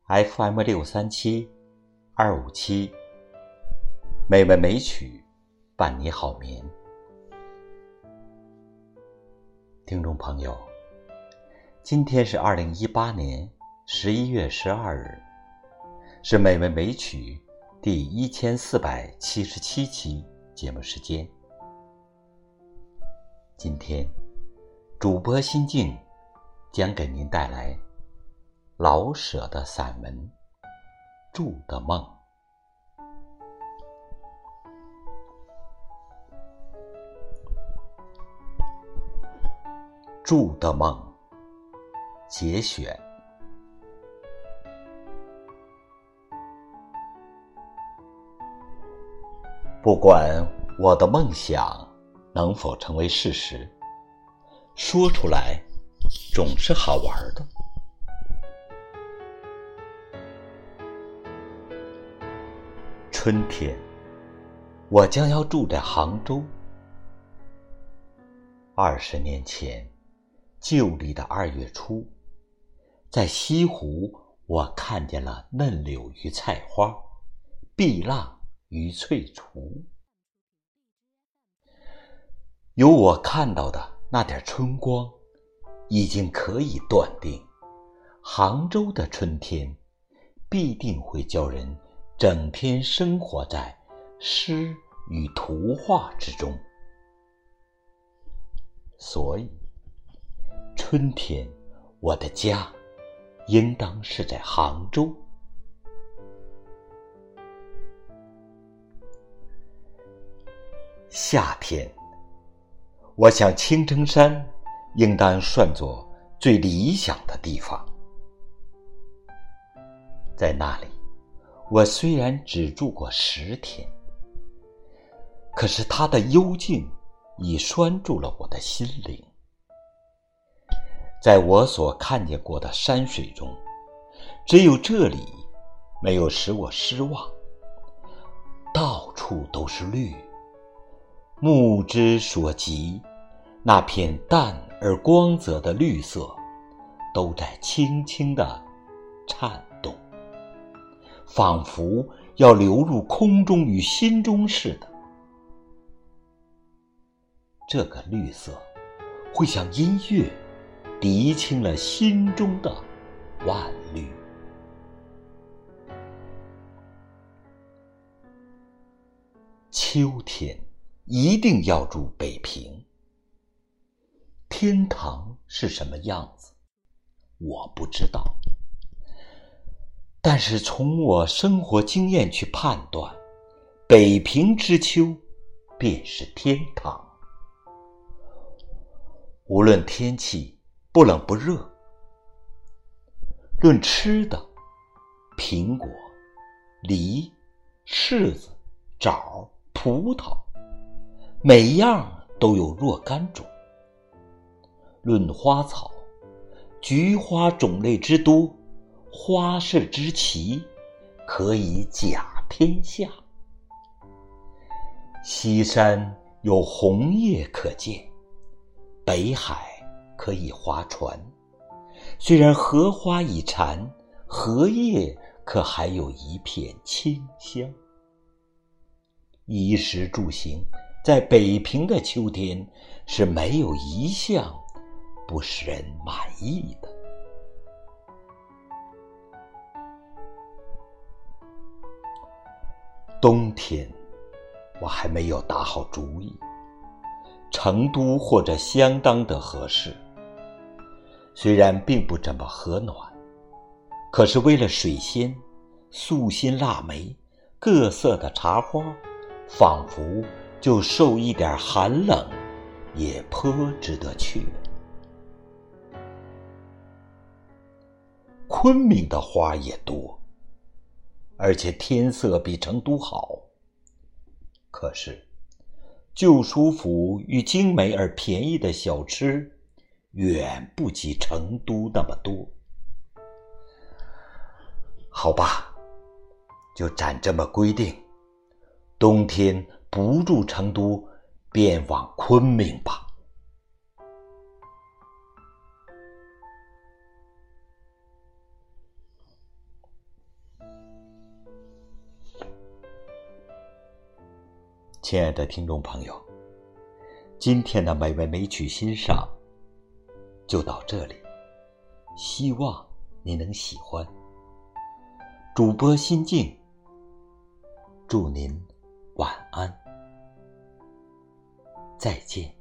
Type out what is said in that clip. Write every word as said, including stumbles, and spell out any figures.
F M 六三七二五七，美文美曲伴你好眠。听众朋友，今天是二零一八年十一月十二日，是美文美曲第一千四百七十七期节目时间。今天主播心静将给您带来老舍的散文《住的梦》。住的梦节选。不管我的梦想能否成为事实，说出来总是好玩的。春天，我将要住在杭州。二十年前，旧历的二月初，在西湖，我看见了嫩柳与菜花，碧浪与翠竹。由我看到的那点春光，已经可以断定，杭州的春天必定会叫人整天生活在诗与图画之中。所以春天我的家应当是在杭州。夏天，我想青城山应当算作最理想的地方。在那里，我虽然只住过十天，可是它的幽静已拴住了我的心灵。在我所看见过的山水中，只有这里没有使我失望。到处都是绿，目之所及，那片淡而光泽的绿色都在轻轻地颤动，仿佛要流入空中与心中似的。这个绿色会像音乐涤清了心中的万虑。秋天一定要住北平。天堂是什么样子，我不知道，但是从我生活经验去判断，北平之秋便是天堂。无论天气不冷不热，论吃的，苹果、梨、柿子、枣、葡萄，每样都有若干种。论花草，菊花种类之多，花式之奇，可以甲天下。西山有红叶可见，北海可以划船，虽然荷花已残，荷叶可还有一片清香。衣食住行，在北平的秋天是没有一项不使人满意的。冬天，我还没有打好主意，成都或者相当的合适。虽然并不怎么和暖，可是为了水仙、素心腊梅、各色的茶花，仿佛就受一点寒冷，也颇值得去。昆明的花也多，而且天色比成都好。可是旧舒服与精美而便宜的小吃远不及成都那么多。好吧，就暂这么规定，冬天不住成都，便往昆明吧。 亲爱的听众朋友，今天的美味美曲欣赏就到这里，希望你能喜欢。主播心静，祝您晚安，再见。